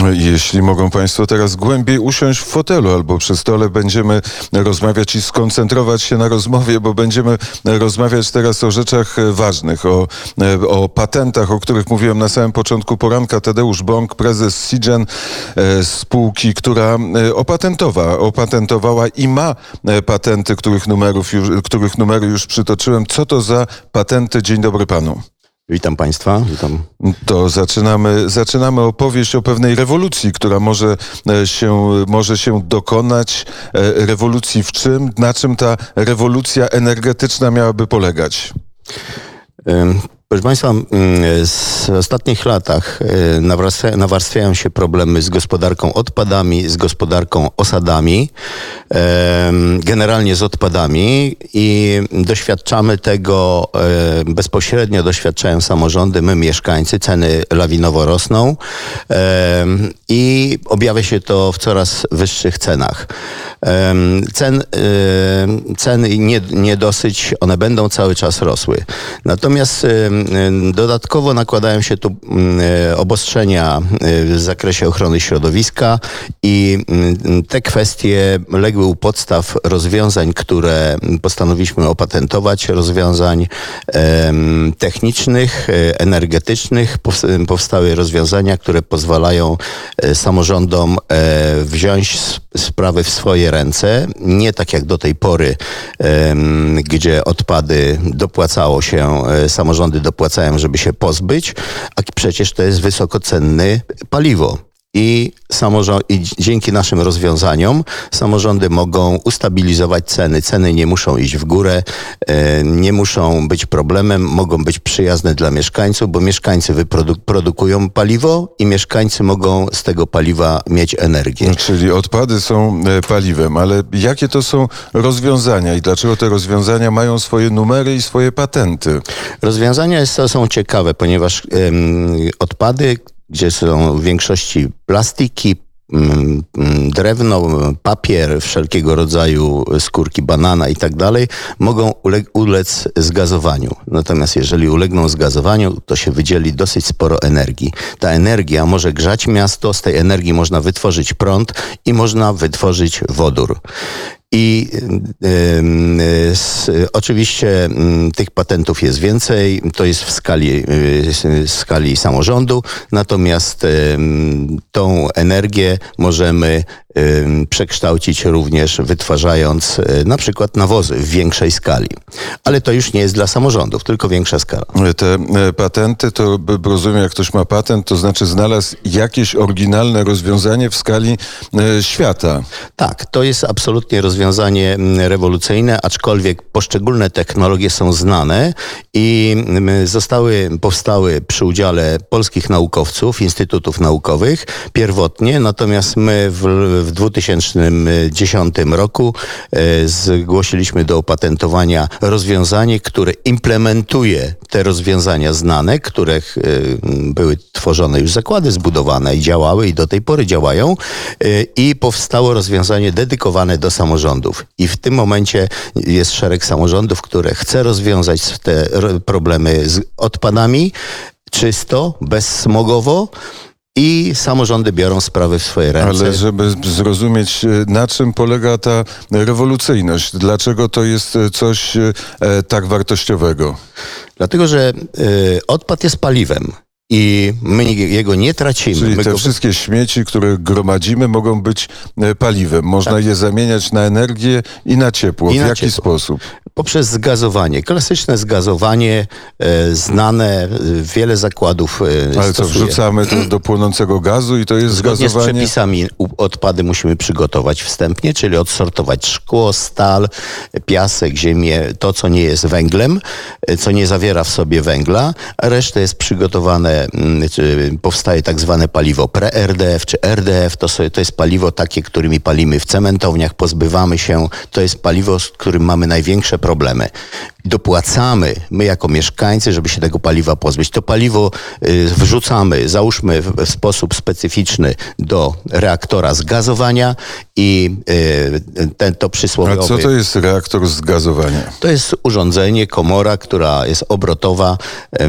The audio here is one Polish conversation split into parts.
Jeśli mogą Państwo teraz głębiej usiąść w fotelu albo przy stole, będziemy rozmawiać i skoncentrować się na rozmowie, bo będziemy rozmawiać teraz o rzeczach ważnych, o patentach, o których mówiłem na samym początku poranka. Tadeusz Bąk, prezes Sigen, spółki, która opatentowała i ma patenty, których numery już przytoczyłem. Co to za patenty? Dzień dobry panu. Witam Państwa. Witam. To zaczynamy opowieść o pewnej rewolucji, która może się dokonać. Rewolucji w czym? Na czym ta rewolucja energetyczna miałaby polegać? Proszę Państwa, w ostatnich latach nawarstwiają się problemy z gospodarką odpadami, z gospodarką osadami, generalnie z odpadami i doświadczamy tego, bezpośrednio doświadczają samorządy, my mieszkańcy, ceny lawinowo rosną i objawia się to w coraz wyższych cenach. Ceny nie dosyć, one będą cały czas rosły. Natomiast dodatkowo nakładają się tu obostrzenia w zakresie ochrony środowiska i te kwestie legły u podstaw rozwiązań, które postanowiliśmy opatentować, rozwiązań technicznych, energetycznych. Powstały rozwiązania, które pozwalają samorządom wziąć sprawy w swoje ręce, nie tak jak do tej pory, gdzie odpady samorządy dopłacają, żeby się pozbyć, a przecież to jest wysokocenne paliwo. I dzięki naszym rozwiązaniom samorządy mogą ustabilizować ceny. Ceny nie muszą iść w górę, nie muszą być problemem, mogą być przyjazne dla mieszkańców, bo mieszkańcy produkują paliwo i mieszkańcy mogą z tego paliwa mieć energię. Czyli odpady są paliwem, ale jakie to są rozwiązania i dlaczego te rozwiązania mają swoje numery i swoje patenty? Rozwiązania są ciekawe, ponieważ odpady, gdzie są w większości plastiki, drewno, papier, wszelkiego rodzaju skórki banana i tak dalej, mogą ulec zgazowaniu. Natomiast jeżeli ulegną zgazowaniu, to się wydzieli dosyć sporo energii. Ta energia może grzać miasto, z tej energii można wytworzyć prąd i można wytworzyć wodór. I oczywiście tych patentów jest więcej, to jest w skali samorządu, natomiast tą energię możemy przekształcić również wytwarzając na przykład nawozy w większej skali. Ale to już nie jest dla samorządów, tylko większa skala. Te patenty, to rozumiem, jak ktoś ma patent, to znaczy znalazł jakieś oryginalne rozwiązanie w skali świata. Tak, to jest absolutnie rozwiązanie rewolucyjne, aczkolwiek poszczególne technologie są znane i powstały przy udziale polskich naukowców, instytutów naukowych pierwotnie, natomiast my w 2010 roku zgłosiliśmy do opatentowania rozwiązanie, które implementuje te rozwiązania znane, których były tworzone już zakłady zbudowane i działały i do tej pory działają i powstało rozwiązanie dedykowane do samorządów. I w tym momencie jest szereg samorządów, które chce rozwiązać te problemy z odpadami czysto, bezsmogowo, i samorządy biorą sprawy w swoje ręce. Ale żeby zrozumieć, na czym polega ta rewolucyjność, dlaczego to jest coś tak wartościowego? Dlatego, że odpad jest paliwem. I my jego nie tracimy. Czyli te wszystkie śmieci, które gromadzimy, mogą być paliwem. Można je zamieniać na energię i na ciepło. W jaki sposób? Poprzez zgazowanie. Klasyczne zgazowanie, znane, wiele zakładów Ale co, wrzucamy to do płonącego gazu i to jest zgazowanie? Zgodnie z przepisami odpady musimy przygotować wstępnie, czyli odsortować szkło, stal, piasek, ziemię, to co nie jest węglem, co nie zawiera w sobie węgla, a reszta jest przygotowane, powstaje tak zwane paliwo pre-RDF czy RDF, to jest paliwo takie, którymi palimy w cementowniach, pozbywamy się, to jest paliwo, z którym mamy największe problemy. Dopłacamy my jako mieszkańcy, żeby się tego paliwa pozbyć. To paliwo wrzucamy, załóżmy w sposób specyficzny do reaktora zgazowania i to przysłowiowy... A co to jest reaktor zgazowania? To jest urządzenie, komora, która jest obrotowa,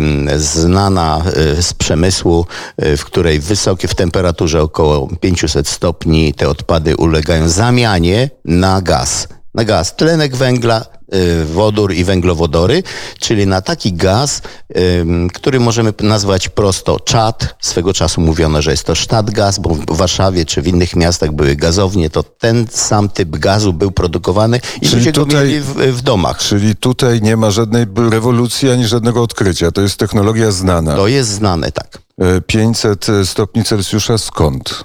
znana z przemysłu, w której w temperaturze około 500 stopni te odpady ulegają zamianie na gaz. Tlenek węgla, wodór i węglowodory, czyli na taki gaz, który możemy nazwać prosto czad. Swego czasu mówiono, że jest to Stadtgas, bo w Warszawie czy w innych miastach były gazownie, to ten sam typ gazu był produkowany i ludzie go mieli w domach. Czyli tutaj nie ma żadnej rewolucji ani żadnego odkrycia. To jest technologia znana. To jest znane, tak. 500 stopni Celsjusza skąd?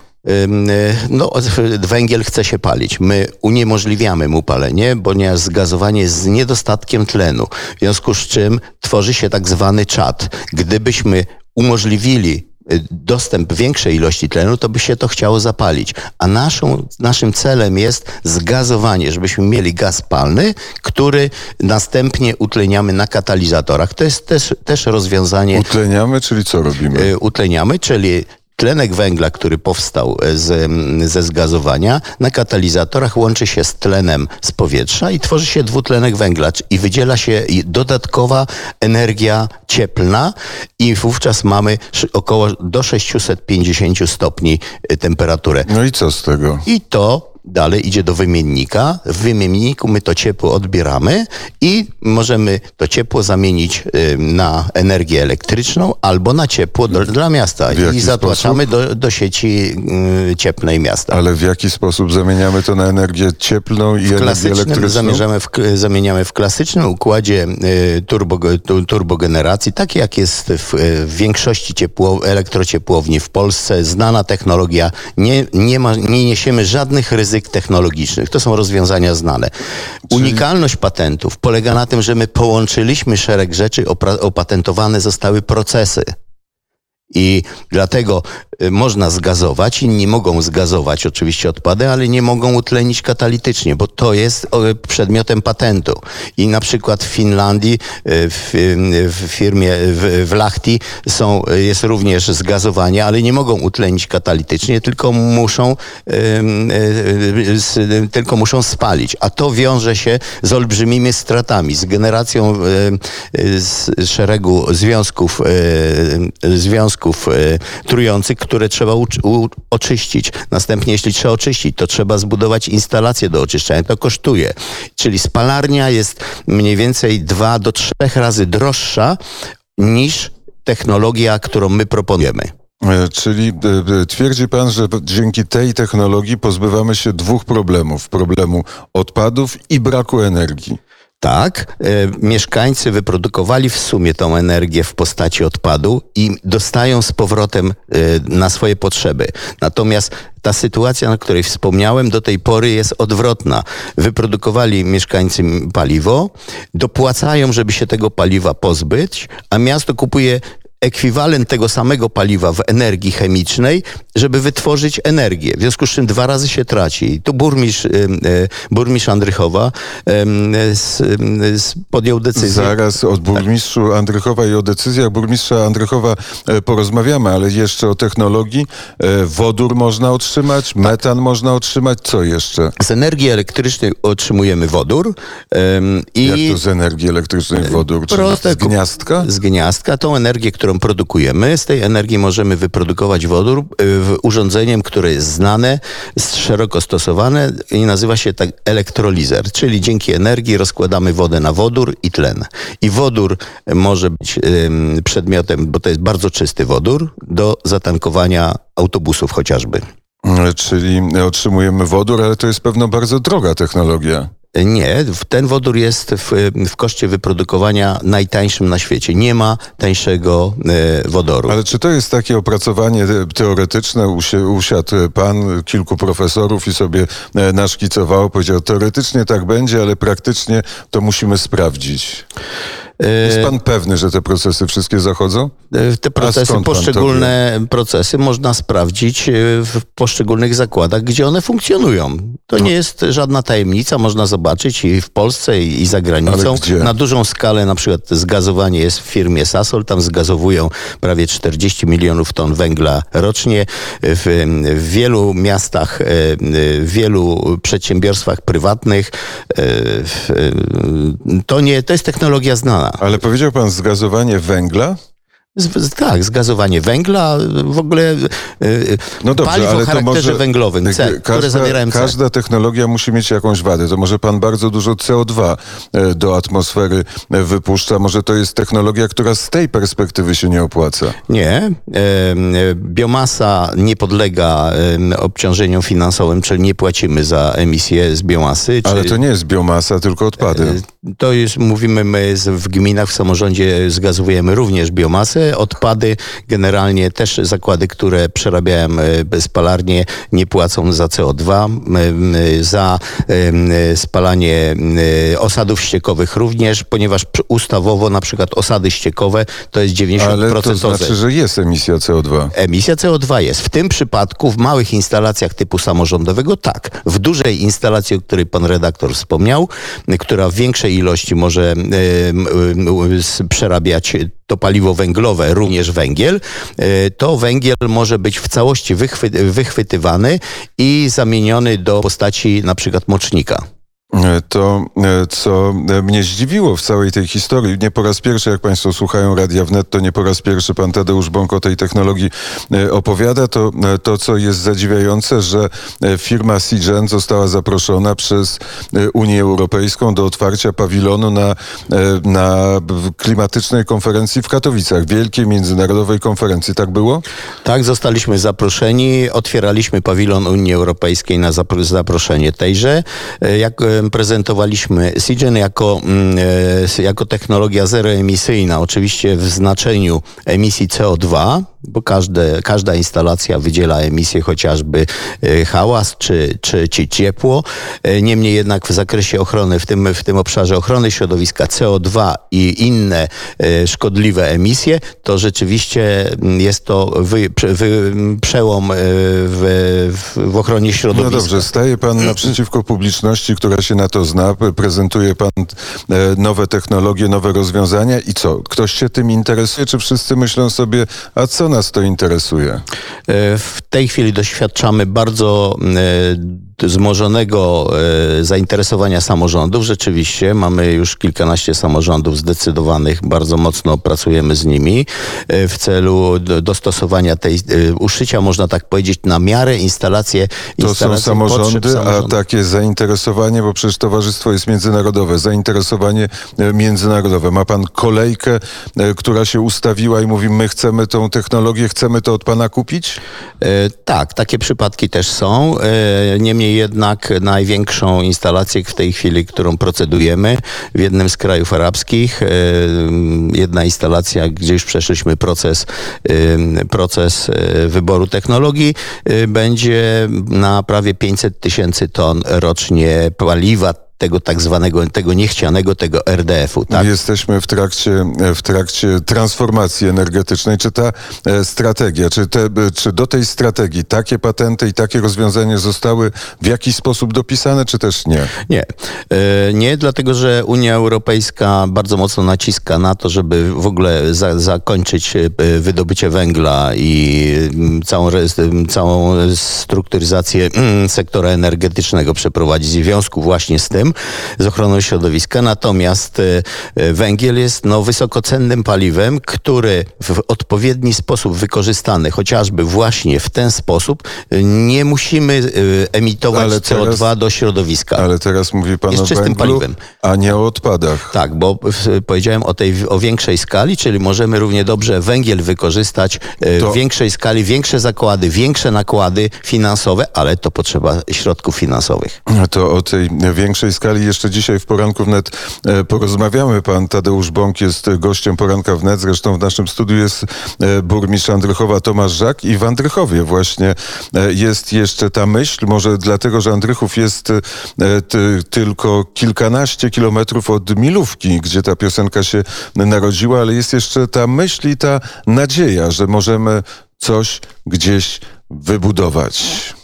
No, węgiel chce się palić. My uniemożliwiamy mu palenie, ponieważ zgazowanie jest z niedostatkiem tlenu. W związku z czym tworzy się tak zwany czad. Gdybyśmy umożliwili dostęp większej ilości tlenu, to by się to chciało zapalić. A naszym celem jest zgazowanie, żebyśmy mieli gaz palny, który następnie utleniamy na katalizatorach. To jest też rozwiązanie... Utleniamy, czyli co robimy? Utleniamy, czyli tlenek węgla, który powstał ze zgazowania, na katalizatorach łączy się z tlenem z powietrza i tworzy się dwutlenek węgla i wydziela się dodatkowa energia cieplna i wówczas mamy około do 650 stopni temperaturę. No i co z tego? I to dalej idzie do wymiennika. W wymienniku my to ciepło odbieramy i możemy to ciepło zamienić na energię elektryczną albo na ciepło dla miasta. I zatłaczamy do sieci cieplnej miasta. Ale w jaki sposób zamieniamy to na energię cieplną i energię elektryczną? Zamieniamy w klasycznym układzie turbogeneracji, tak jak jest w większości elektrociepłowni w Polsce. Znana technologia. Nie niesiemy żadnych ryzyk technologicznych. To są rozwiązania znane. Unikalność patentów polega na tym, że my połączyliśmy szereg rzeczy, opatentowane zostały procesy. I dlatego można zgazować, inni mogą zgazować oczywiście odpady, ale nie mogą utlenić katalitycznie, bo to jest przedmiotem patentu. I na przykład w Finlandii, w firmie w Lahti jest również zgazowanie, ale nie mogą utlenić katalitycznie, tylko muszą spalić. A to wiąże się z olbrzymimi stratami, z generacją z szeregu związków trujących, które trzeba oczyścić. Następnie, jeśli trzeba oczyścić, to trzeba zbudować instalację do oczyszczania. To kosztuje. Czyli spalarnia jest mniej więcej 2 do 3 razy droższa niż technologia, którą my proponujemy. Czyli twierdzi pan, że dzięki tej technologii pozbywamy się 2 problemów. Problemu odpadów i braku energii. Tak, mieszkańcy wyprodukowali w sumie tą energię w postaci odpadu i dostają z powrotem na swoje potrzeby. Natomiast ta sytuacja, o której wspomniałem, do tej pory jest odwrotna. Wyprodukowali mieszkańcy paliwo, dopłacają, żeby się tego paliwa pozbyć, a miasto kupuje ekwiwalent tego samego paliwa w energii chemicznej, żeby wytworzyć energię. W związku z czym 2 razy się traci. Tu burmistrz Andrychowa podjął decyzję. Zaraz o burmistrzu Andrychowa i o decyzjach burmistrza Andrychowa porozmawiamy, ale jeszcze o technologii. Wodór można otrzymać, metan można otrzymać. Co jeszcze? Z energii elektrycznej otrzymujemy wodór. Jak to z energii elektrycznej wodór? Z gniazdka? Z gniazdka. Tą energię, którą produkujemy, z tej energii możemy wyprodukować wodór urządzeniem, które jest znane, szeroko stosowane i nazywa się tak elektrolizer, czyli dzięki energii rozkładamy wodę na wodór i tlen. I wodór może być przedmiotem, bo to jest bardzo czysty wodór, do zatankowania autobusów chociażby. Czyli otrzymujemy wodór, ale to jest pewno bardzo droga technologia. Nie, ten wodór jest w koszcie wyprodukowania najtańszym na świecie. Nie ma tańszego wodoru. Ale czy to jest takie opracowanie teoretyczne? Usiadł pan, kilku profesorów i sobie naszkicowało, powiedział, teoretycznie tak będzie, ale praktycznie to musimy sprawdzić. Jest pan pewny, że te procesy wszystkie zachodzą? Te procesy, poszczególne procesy można sprawdzić w poszczególnych zakładach, gdzie one funkcjonują. To nie jest żadna tajemnica, można zobaczyć i w Polsce, i za granicą. Na dużą skalę, na przykład zgazowanie jest w firmie Sasol, tam zgazowują prawie 40 milionów ton węgla rocznie. W wielu miastach, w wielu przedsiębiorstwach prywatnych to jest technologia znana. Ale powiedział pan zgazowanie węgla? Tak, zgazowanie węgla, w ogóle no dobrze, paliw o charakterze węglowym, które zawierają C. Każda technologia musi mieć jakąś wadę. To może pan bardzo dużo CO2 do atmosfery wypuszcza. Może to jest technologia, która z tej perspektywy się nie opłaca? Nie. Biomasa nie podlega obciążeniom finansowym, czyli nie płacimy za emisję z biomasy. Ale to nie jest biomasa, tylko odpady. To jest, mówimy, my w gminach, w samorządzie zgazowujemy również biomasę. Odpady generalnie też zakłady, które przerabiają spalarnie, nie płacą za CO2, za spalanie osadów ściekowych również, ponieważ ustawowo na przykład osady ściekowe to jest 90%. Ale to znaczy, że jest emisja CO2. Emisja CO2 jest. W tym przypadku w małych instalacjach typu samorządowego tak. W dużej instalacji, o której pan redaktor wspomniał, która w większej ilości może przerabiać to paliwo węglowe, również węgiel, to węgiel może być w całości wychwytywany i zamieniony do postaci na przykład mocznika. To, co mnie zdziwiło w całej tej historii, nie po raz pierwszy, jak państwo słuchają Radia Wnet, to nie po raz pierwszy pan Tadeusz Bąk o tej technologii opowiada, to co jest zadziwiające, że firma Seagen została zaproszona przez Unię Europejską do otwarcia pawilonu na klimatycznej konferencji w Katowicach, wielkiej międzynarodowej konferencji. Tak było? Tak, zostaliśmy zaproszeni, otwieraliśmy pawilon Unii Europejskiej na zaproszenie tejże. Prezentowaliśmy Seagen jako technologia zeroemisyjna, oczywiście w znaczeniu emisji CO2, bo każda instalacja wydziela emisję, chociażby hałas czy ciepło. Niemniej jednak w zakresie ochrony, w tym obszarze ochrony środowiska CO2 i inne szkodliwe emisje, to rzeczywiście jest to przełom w ochronie środowiska. No dobrze, staje pan naprzeciwko publiczności, która się na to zna, prezentuje pan nowe technologie, nowe rozwiązania i co? Ktoś się tym interesuje, czy wszyscy myślą sobie, a co nas to interesuje? W tej chwili doświadczamy bardzo wzmożonego zainteresowania samorządów. Rzeczywiście mamy już kilkanaście samorządów zdecydowanych, bardzo mocno pracujemy z nimi w celu dostosowania uszycia, można tak powiedzieć, na miarę instalacje. To są samorządy, a takie zainteresowanie, bo przecież towarzystwo jest międzynarodowe, zainteresowanie międzynarodowe. Ma pan kolejkę, która się ustawiła i mówi, my chcemy tą technologię, chcemy to od pana kupić? Tak, takie przypadki też są. Niemniej jednak największą instalację w tej chwili, którą procedujemy w jednym z krajów arabskich, jedna instalacja, gdzie już przeszliśmy proces wyboru technologii, będzie na prawie 500 000 ton rocznie paliwa, tego tak zwanego, tego niechcianego, tego RDF-u. Tak? Jesteśmy w trakcie transformacji energetycznej. Czy ta strategia, czy do tej strategii takie patenty i takie rozwiązania zostały w jakiś sposób dopisane, czy też nie? Nie, dlatego że Unia Europejska bardzo mocno naciska na to, żeby w ogóle zakończyć wydobycie węgla i całą strukturyzację sektora energetycznego przeprowadzić w związku właśnie z tym, z ochroną środowiska. Natomiast węgiel jest wysokocennym paliwem, który w odpowiedni sposób wykorzystany, chociażby właśnie w ten sposób, nie musimy emitować CO2 do środowiska. Ale teraz mówi pan o węglu, paliwem, a nie o odpadach. Tak, bo powiedziałem o większej skali, czyli możemy równie dobrze węgiel wykorzystać w większej skali, większe zakłady, większe nakłady finansowe, ale to potrzeba środków finansowych. To o tej większej skali spotkali. Jeszcze dzisiaj w Poranku Wnet porozmawiamy. Pan Tadeusz Bąk jest gościem Poranka Wnet. Zresztą w naszym studiu jest burmistrz Andrychowa Tomasz Żak i w Andrychowie właśnie jest jeszcze ta myśl, może dlatego, że Andrychów jest tylko kilkanaście kilometrów od Milówki, gdzie ta piosenka się narodziła, ale jest jeszcze ta myśl i ta nadzieja, że możemy coś gdzieś wybudować.